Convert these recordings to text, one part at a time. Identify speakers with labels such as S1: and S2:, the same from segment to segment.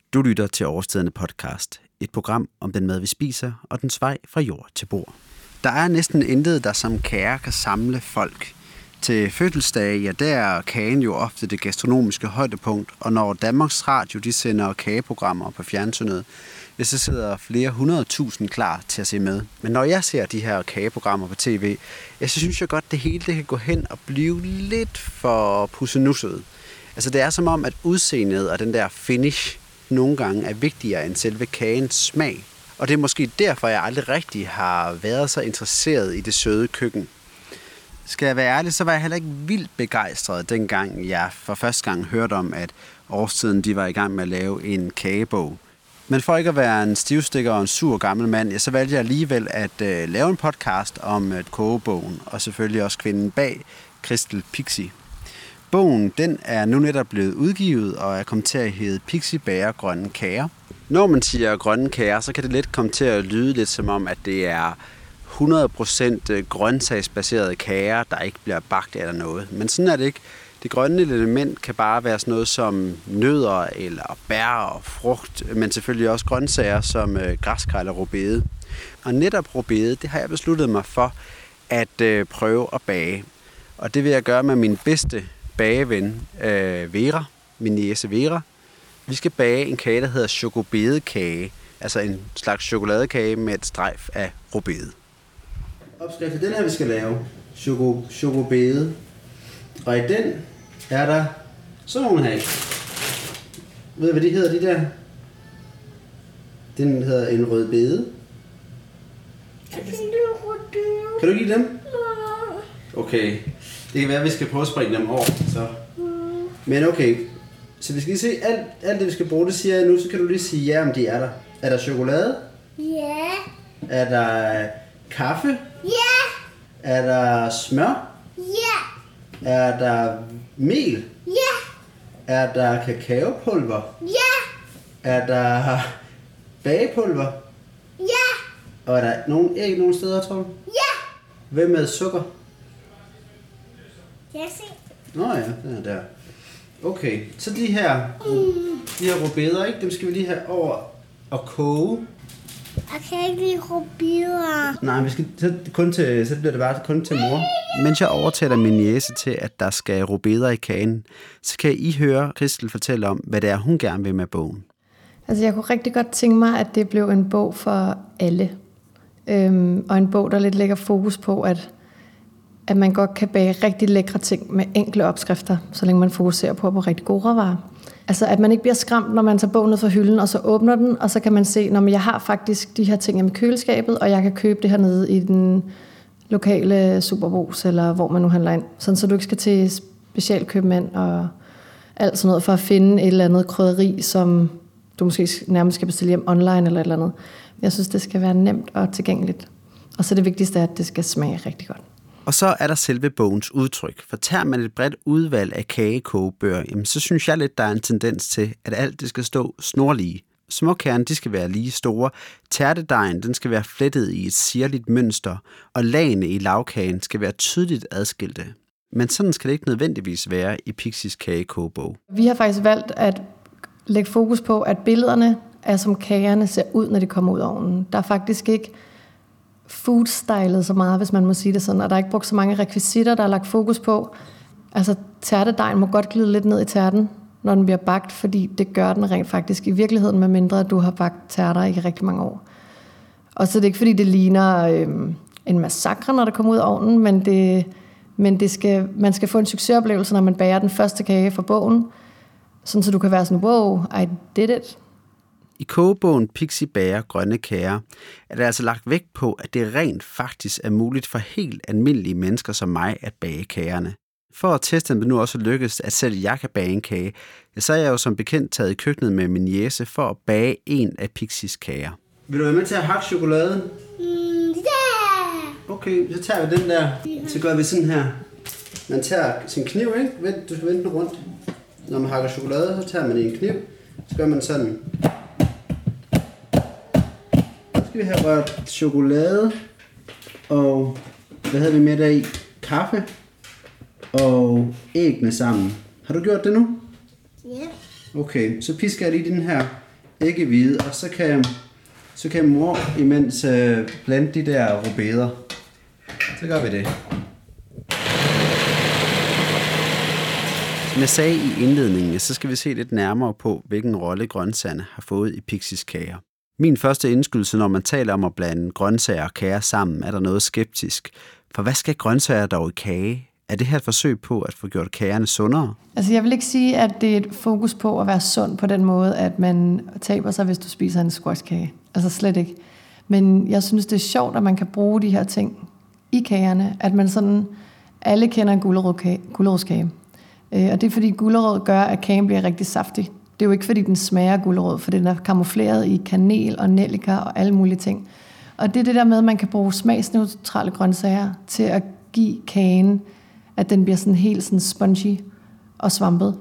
S1: Du lytter til Årstiderne podcast, et program om den mad, vi spiser, og dens vej fra jord til bord. Der er næsten intet, der som kager kan samle folk. Til fødselsdage, ja, der er kagen jo ofte det gastronomiske højdepunkt, og når Danmarks Radio de sender kageprogrammer på fjernsynet, så sidder flere 100.000 klar til at se med. Men når jeg ser de her kageprogrammer på tv, så synes jeg godt, det hele det kan gå hen og blive lidt for pussenusset. Altså det er som om, at udseendet og den der finish nogle gange er vigtigere end selve kagens smag. Og det er måske derfor, jeg aldrig rigtig har været så interesseret i det søde køkken. Skal jeg være ærlig, så var jeg heller ikke vildt begejstret, dengang jeg for første gang hørte om, at Årstiden de var i gang med at lave en kagebog. Men for ikke at være en stivstikker og en sur gammel mand, så valgte jeg alligevel at lave en podcast om kogebogen, og selvfølgelig også kvinden bag, Christel Pixie. Bogen den er nu netop blevet udgivet og er kommet til at hedde Pixie bager grønne kager. Når man siger grønne kager, så kan det let komme til at lyde lidt som om, at det er 100% grøntsagsbaserede kager, der ikke bliver bagt eller noget. Men sådan er det ikke. Det grønne element kan bare være sådan noget som nødder eller bær og frugt, men selvfølgelig også grøntsager som græskar eller rødbede. Og netop rødbede, det har jeg besluttet mig for at prøve at bage. Og det vil jeg gøre med min bedste bageven, Vera, min niece Vera. Vi skal bage en kage, der hedder chokobedekage, altså en slags chokoladekage med et strejf af rødbede. Opskriften den her, vi skal lave, chokobede. Og i den er der sådan nogle her. Ved du, hvad de hedder, de der? Den hedder en rødbede. Kan du ikke lide dem? Okay. Det kan være, at vi skal prøve at springe dem over. Så. Men okay. Så vi skal lige se alt det, vi skal bruge. Det siger jeg nu, så kan du lige sige ja, om de er der. Er der chokolade?
S2: Ja.
S1: Er der kaffe?
S2: Ja.
S1: Er der smør?
S2: Ja.
S1: Er der mel?
S2: Ja.
S1: Er der kakaopulver?
S2: Ja.
S1: Er der bagepulver?
S2: Ja.
S1: Og er der nogen æg nogen steder, tror du?
S2: Ja.
S1: Hvad med sukker?
S2: Jeg se.
S1: Nå ja, den er der. Okay, så de her rødbeder, ikke? Dem skal vi lige have over og koge.
S2: Jeg kan ikke lide rødbeder.
S1: Nej, vi skal så bliver det bare kun til mor. Mens jeg overtaler min niece til, at der skal rødbeder i kagen, så kan I høre Christel fortælle om, hvad det er, hun gerne vil med bogen.
S3: Altså, jeg kunne rigtig godt tænke mig, at det blev en bog for alle. Og en bog, der lidt lægger fokus på, at man godt kan bage rigtig lækre ting med enkle opskrifter, så længe man fokuserer på rigtig gode råvarer. Altså, at man ikke bliver skræmt, når man tager bogen ned fra hylden, og så åbner den, og så kan man se, at jeg har faktisk de her ting i køleskabet, og jeg kan købe det her nede i den lokale Superbrugsen, eller hvor man nu handler ind. Sådan, så du ikke skal til specialkøbmænd og alt sådan noget, for at finde et eller andet krydderi, som du måske nærmest skal bestille hjem online, eller et eller andet. Jeg synes, det skal være nemt og tilgængeligt. Og så det vigtigste er, at det skal smage rigtig godt.
S1: Og så er der selve bogens udtryk. For tager man et bredt udvalg af kagekogebøger, jamen så synes jeg lidt, der er en tendens til, at alt det skal stå snorlige. Småkagerne, de skal være lige store. Tærtedejen, den skal være flettet i et sirligt mønster, og lagene i lavkagen skal være tydeligt adskilte. Men sådan skal det ikke nødvendigvis være i Pixies kagekogebog.
S3: Vi har faktisk valgt at lægge fokus på, at billederne er som kagerne ser ud, når de kommer ud af ovnen. Der er faktisk ikke foodstylet så meget, hvis man må sige det sådan, og der er ikke brugt så mange rekvisitter, der er lagt fokus på. Altså, tærtedejen må godt glide lidt ned i tærten, når den bliver bagt, fordi det gør den rent faktisk i virkeligheden, med mindre at du har bagt tærter i rigtig mange år. Og så er det ikke, fordi det ligner en massakre, når det kommer ud af ovnen, men man skal få en succesoplevelse, når man bager den første kage fra bogen, sådan så du kan være sådan, wow, I did it.
S1: I kogebogen Pixie bager grønne kager er der altså lagt vægt på, at det rent faktisk er muligt for helt almindelige mennesker som mig at bage kagerne. For at teste, om det nu også lykkes, at selv jeg kan bage en kage, så er jeg jo som bekendt taget i køkkenet med min niece for at bage en af Pixies kager. Vil du være med til at hakke chokoladen?
S2: Ja.
S1: Okay, så tager vi den der. Så gør vi sådan her. Man tager sin kniv, ikke? Du skal vende den rundt. Når man hakker chokolade, så tager man en kniv. Så gør man sådan. Så skal vi have rørt chokolade og hvad havde vi med der i? Kaffe og æggene sammen. Har du gjort det nu?
S2: Ja.
S1: Okay, så pisker jeg lige den her ikke hvide, og så kan mor imens blande de der rødbeder. Så gør vi det. Som jeg sagde i indledningen, så skal vi se lidt nærmere på, hvilken rolle grøntsagerne har fået i Pixies kager. Min første indskydelse, når man taler om at blande grøntsager og kager sammen, er der noget skeptisk. For hvad skal grøntsager dog i kage? Er det her et forsøg på at få gjort kagerne sundere?
S3: Altså jeg vil ikke sige, at det er et fokus på at være sund på den måde, at man taber sig, hvis du spiser en squashkage. Altså slet ikke. Men jeg synes, det er sjovt, at man kan bruge de her ting i kagerne. At man sådan, alle kender en gulerodskage. Og det er fordi gulerod gør, at kagen bliver rigtig saftig. Det er jo ikke fordi den smager af gulerod, for den er kamufleret i kanel og nellika og alle mulige ting. Og det er det der med, at man kan bruge smagsneutrale grøntsager til at give kagen, at den bliver sådan helt sådan spongy og svampet.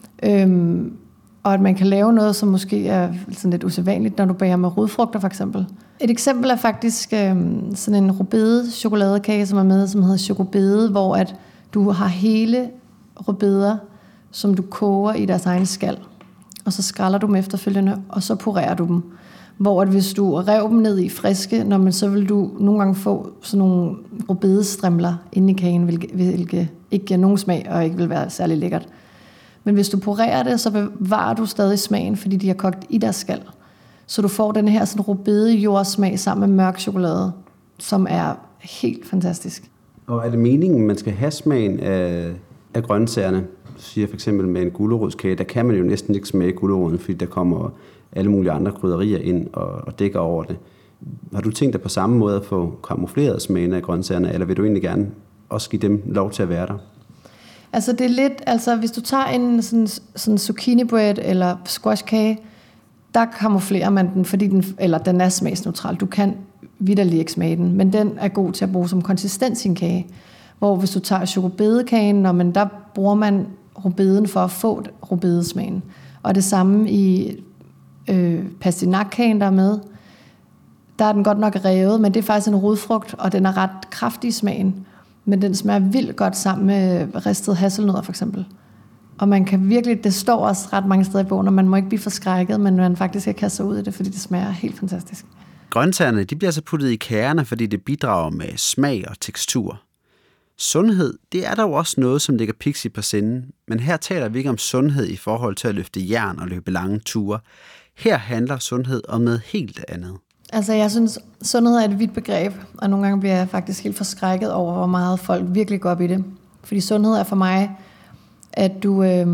S3: Og at man kan lave noget, som måske er sådan lidt usædvanligt, når du bager med rodfrugter for eksempel. Et eksempel er faktisk sådan en rødbede chokoladekage, som er med, som hedder chokobede, hvor at du har hele rødbeder, som du koger i deres egen skal. Og så skræller du dem efterfølgende, og så purerer du dem. Hvor at hvis du rev dem ned i friske, så vil du nogle gange få sådan nogle rødbedestrimler inde i kagen, hvilket ikke giver nogen smag, og ikke vil være særlig lækkert. Men hvis du purerer det, så bevarer du stadig smagen, fordi de har kogt i deres skal. Så du får den her sådan rødbede jordsmag sammen med mørk chokolade, som er helt fantastisk.
S1: Og er det meningen, man skal have smagen af grøntsagerne? Du siger for eksempel med en gulerodskage, der kan man jo næsten ikke smage guleroden, fordi der kommer alle mulige andre krydderier ind og dækker over det. Har du tænkt dig på samme måde at få kamufleret smagen af grøntsagerne, eller vil du egentlig gerne også give dem lov til at være der?
S3: Altså det er lidt, altså hvis du tager en sådan zucchini bread eller squashkage, der kamuflerer man den, fordi den er smagsneutral. Du kan vitterlig ikke smage den, men den er god til at bruge som konsistens i en kage. Hvor hvis du tager chokobedekagen, der bruger man rødbeden for at få rødbedesmagen. Og det samme i pastinakkagen, der er med. Der er den godt nok revet, men det er faktisk en rodfrugt, og den er ret kraftig i smagen. Men den smager vildt godt sammen med ristede hasselnødder for eksempel. Og man kan virkelig, det står også ret mange steder i bogen, og man må ikke blive forskrækket, men man faktisk kan kaste sig ud i det, fordi det smager helt fantastisk.
S1: Grøntsagerne, de bliver så puttet i kagerne, fordi det bidrager med smag og tekstur. Sundhed, det er dog også noget, som ligger Pixie på sinde, men her taler vi ikke om sundhed i forhold til at løfte jern og løbe lange ture. Her handler sundhed om noget helt andet.
S3: Altså jeg synes, sundhed er et vidt begreb, og nogle gange bliver jeg faktisk helt forskrækket over, hvor meget folk virkelig går op i det. Fordi sundhed er for mig, at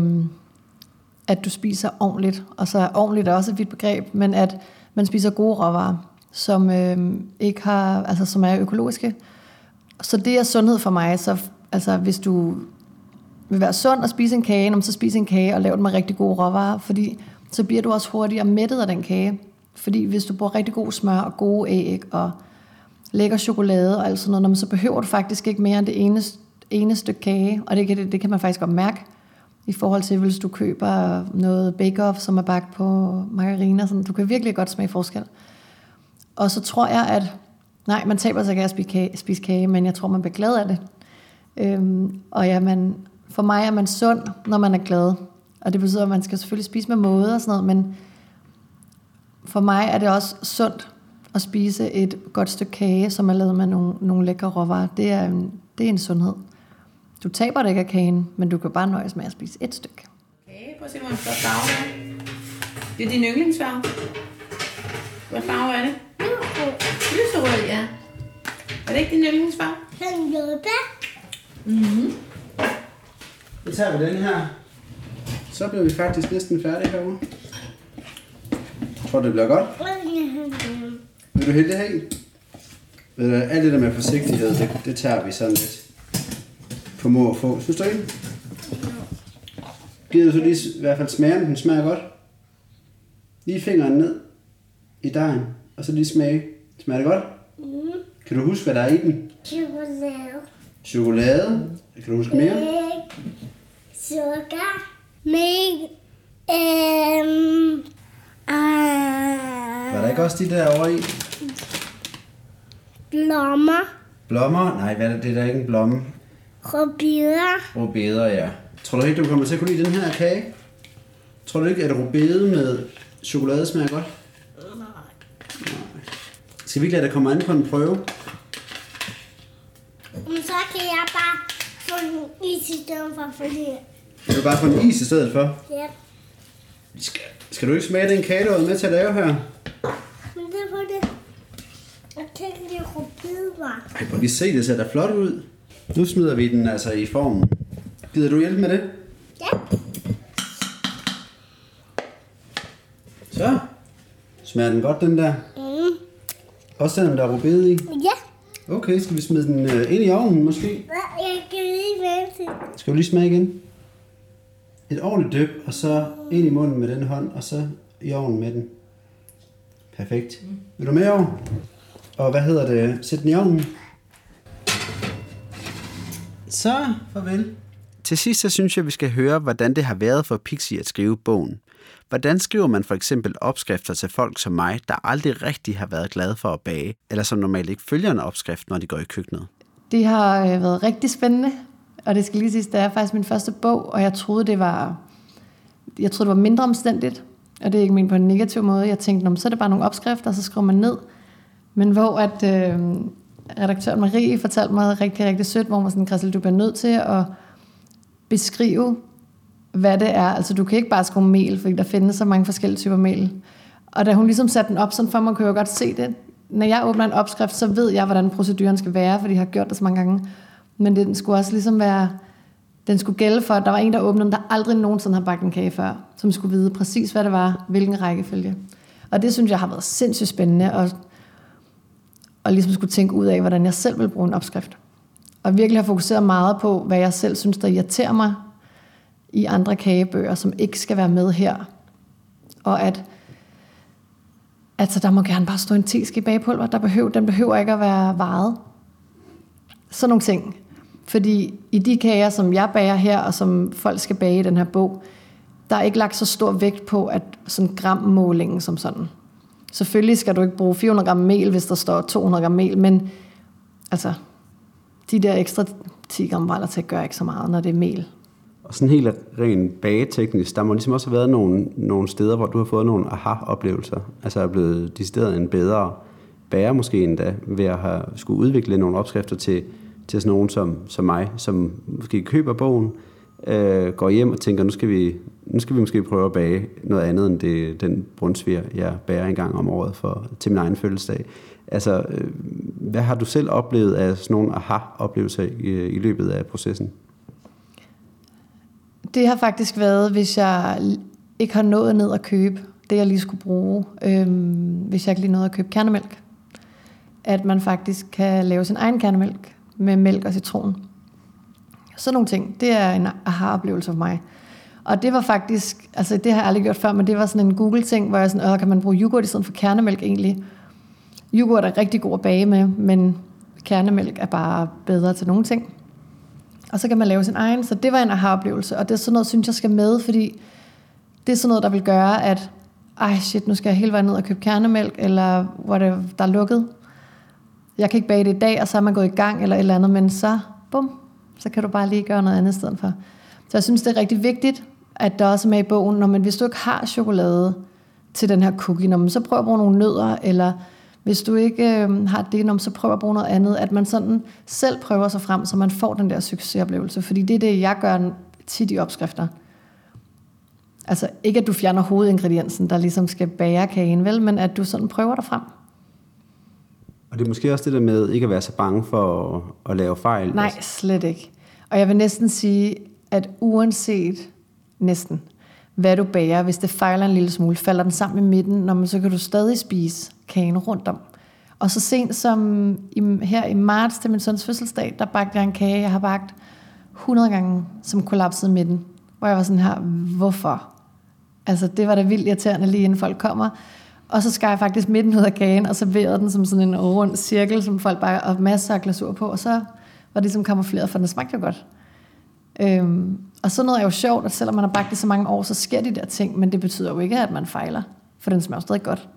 S3: du spiser ordentligt, og så ordentligt er også et vidt begreb, men at man spiser gode råvarer, som ikke har, altså som er økologiske. Så det er sundhed for mig. Så altså hvis du vil være sund og spise en kage, så spise en kage og lave den med rigtig gode råvarer, fordi så bliver du også hurtigere mættet af den kage. Fordi hvis du bruger rigtig god smør og gode æg og lækker chokolade og alt sådan noget, så behøver du faktisk ikke mere end det ene stykke kage. Og det kan man faktisk godt mærke i forhold til, hvis du køber noget bake-off, som er bagt på margarine. Sådan. Du kan virkelig godt smage forskel. Og så tror jeg, at nej, man taber sig ikke af at spise kage, men jeg tror, man bliver glad af det. Og for mig er man sund, når man er glad. Og det betyder, at man skal selvfølgelig spise med måde og sådan noget, men for mig er det også sundt at spise et godt stykke kage, som er lavet med nogle lækre råvarer. Det er en sundhed. Du taber det ikke af kagen, men du kan bare nøjes med at spise et stykke.
S4: Okay, prøv at se, hvor en flot farve er. Det er din yndlingsfarve. Hvad farve er det? Lyserød, ja. Er det ikke din yndlingsfarve?
S2: Den jordbær.
S4: Mhm.
S1: Så tager vi den her. Så bliver vi faktisk næsten færdige herovre. Tror du, det bliver godt? Vil du hælde det helt? Alt det der med forsigtighed, det tager vi sådan lidt på må og få. Synes du ikke? Giver du så lige i hvert fald smagen? Den smager godt. Lige fingeren ned i dejen, og så lige smage. Smager det godt? Kan du huske, hvad der er i den? Chokolade. Kan du huske mere?
S2: Sukker. Mælk.
S1: Var der ikke også de der over i?
S2: Blommer.
S1: Blommer? Nej, hvad er det? Det er da ikke en blomme.
S2: Rødbeder.
S1: Rødbeder, ja. Tror du ikke, du kommer til at kunne lide den her kage? Tror du ikke, at rødbede med Chokolade smager godt? Nej. Skal vi ikke lade dig komme an på en prøve?
S2: Men så kan jeg bare få en is i stedet for, fordi...
S1: Vil du bare få en is i stedet for?
S2: Ja.
S1: Skal du ikke smage den kage, du har med til at lave her?
S2: Men det er på det. Jeg tænker, det er rødbeder.
S1: Ej, prøv lige se, det ser da flot ud. Nu smider vi den altså i formen. Gider du hjælpe med det?
S2: Ja.
S1: Så. Smager den godt, den der? Også selvom der er rødbede i?
S2: Ja.
S1: Okay, skal vi smide den ind i ovnen måske?
S2: Jeg kan lige vente.
S1: Skal du lige smage igen? Et ordentligt dyp, og så ind i munden med den hånd, og så i ovnen med den. Perfekt. Vil du med over? Og hvad hedder det? Sæt den i ovnen. Så, farvel. Til sidst så synes jeg, vi skal høre, hvordan det har været for Pixie at skrive bogen. Hvordan skriver man for eksempel opskrifter til folk som mig, der aldrig rigtig har været glade for at bage, eller som normalt ikke følger en opskrift, når de går i køkkenet?
S3: Det har været rigtig spændende, og det skal lige sige, det er faktisk min første bog, og jeg troede, det var mindre omstændigt, og det er ikke ment på en negativ måde. Jeg tænkte, så er det bare nogle opskrifter, og så skriver man ned. Men hvor at redaktøren Marie fortalte mig rigtig, rigtig sødt, hvor man sådan, Christel, du bliver nødt til at beskrive, hvad det er. Altså, du kan ikke bare skrive mel, fordi der findes så mange forskellige typer mel. Og da hun ligesom satte den op, sådan for man kan jo godt se det. Når jeg åbner en opskrift, så ved jeg, hvordan proceduren skal være, fordi jeg har gjort det så mange gange. Men den skulle også ligesom være, den skulle gælde for, at der var en, der åbnede den, der aldrig nogensinde har bagt en kage før, som skulle vide præcis, hvad det var, hvilken rækkefølge. Og det synes jeg har været sindssygt spændende, og ligesom skulle tænke ud af, hvordan jeg selv vil bruge en opskrift. Og virkelig har fokuseret meget på, hvad jeg selv synes, der irriterer mig i andre kagebøger, som ikke skal være med her. Og at altså, der må gerne bare stå en teske bagepulver. Den behøver ikke at være varet. Sådan nogle ting. Fordi i de kager, som jeg bager her, og som folk skal bage i den her bog, der er ikke lagt så stor vægt på, at sådan grammålingen som sådan. Selvfølgelig skal du ikke bruge 400 gram mel, hvis der står 200 gram mel, men altså, de der ekstra 10 gram vallertæk gør ikke så meget, når det er mel.
S1: Og sådan helt rent bageteknisk, der må ligesom også have været nogle steder, hvor du har fået nogle aha-oplevelser. Altså er blevet decideret en bedre bager måske endda, ved at have skulle udvikle nogle opskrifter til sådan nogen som mig, som måske køber bogen, går hjem og tænker, nu skal vi måske prøve at bage noget andet end den brunsviger, jeg bager en gang om året til min egen fødselsdag. Altså, hvad har du selv oplevet af sådan nogle aha-oplevelser i løbet af processen? Det har faktisk været, hvis jeg ikke har nået ned at købe det, jeg lige skulle bruge. Hvis jeg ikke lige nåede at købe kernemælk. At man faktisk kan lave sin egen kernemælk med mælk og citron. Sådan nogle ting, det er en aha-oplevelse for mig. Og det var faktisk, altså det har jeg aldrig gjort før, men det var sådan en Google-ting, hvor jeg sådan, kan man bruge yoghurt i stedet for kernemælk egentlig? Yoghurt er rigtig god at bage med, men kernemælk er bare bedre til nogle ting. Og så kan man lave sin egen, så det var en aha-oplevelse. Og det er sådan noget, synes jeg skal med, fordi det er sådan noget, der vil gøre, at nu skal jeg hele vejen ned og købe kernemælk, eller whatever, der er lukket. Jeg kan ikke bage det i dag, og så er man gået i gang, eller et eller andet, men så kan du bare lige gøre noget andet i stedet for. Så jeg synes, det er rigtig vigtigt, at der også er med i bogen, hvis du ikke har chokolade til den her cookie, så prøv at bruge nogle nødder, eller hvis du ikke har det, så prøv at bruge noget andet, at man sådan selv prøver sig frem, så man får den der succesoplevelse, fordi det er det, jeg gør tit i opskrifter. Altså ikke, at du fjerner hovedingrediensen, der ligesom skal bage kagen, vel, men at du sådan prøver dig frem. Og det er måske også det der med ikke at være så bange for at lave fejl? Nej, slet ikke. Og jeg vil næsten sige, at uanset næsten, hvad du bager, hvis det fejler en lille smule, falder den sammen i midten, så kan du stadig spise kagen rundt om. Og så sent som her i marts til min søns fødselsdag, der bagte jeg en kage, jeg har bagt 100 gange, som kollapsede i midten. Hvor jeg var sådan her, hvorfor? Altså det var da vildt irriterende lige inden folk kommer. Og så skar jeg faktisk midten ud af kagen, og serverede den som sådan en rund cirkel, som folk bare og masser af glasur på, og så var det ligesom kamufleret, for den smagte jo godt. Og sådan noget er jo sjovt, at selvom man har bagt det så mange år, så sker de der ting, men det betyder jo ikke, at man fejler, for den smager stadig godt.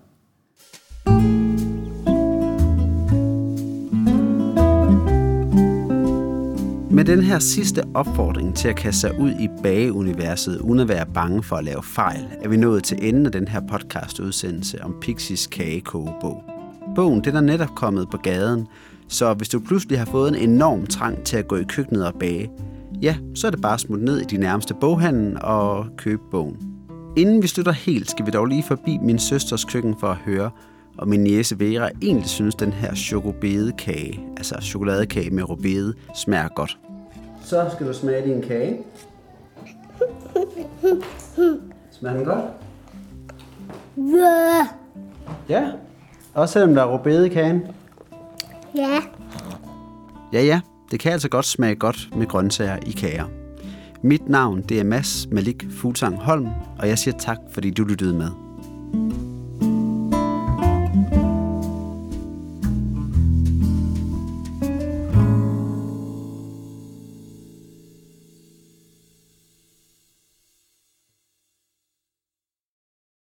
S1: med den her sidste opfordring til at kaste sig ud i bageuniverset, uden at være bange for at lave fejl, er vi nået til enden af den her podcastudsendelse om Pixies kagekogebog. Bogen den er netop kommet på gaden, så hvis du pludselig har fået en enorm trang til at gå i køkkenet og bage, ja, så er det bare smut ned i de nærmeste boghandel og købe bogen. Inden vi slutter helt, skal vi dog lige forbi min søsters køkken for at høre, og min niece Vera egentlig synes, den her chokobedekage, altså chokoladekage med rødbede, smager godt. Så skal du smage din kage. Smager den godt?
S2: Ja.
S1: Ja, også selvom der er rødbede i kagen.
S2: Ja.
S1: Ja, det kan altså godt smage godt med grøntsager i kager. Mit navn det er Mads Malik Fuglsang Holm, og jeg siger tak, fordi du lyttede med.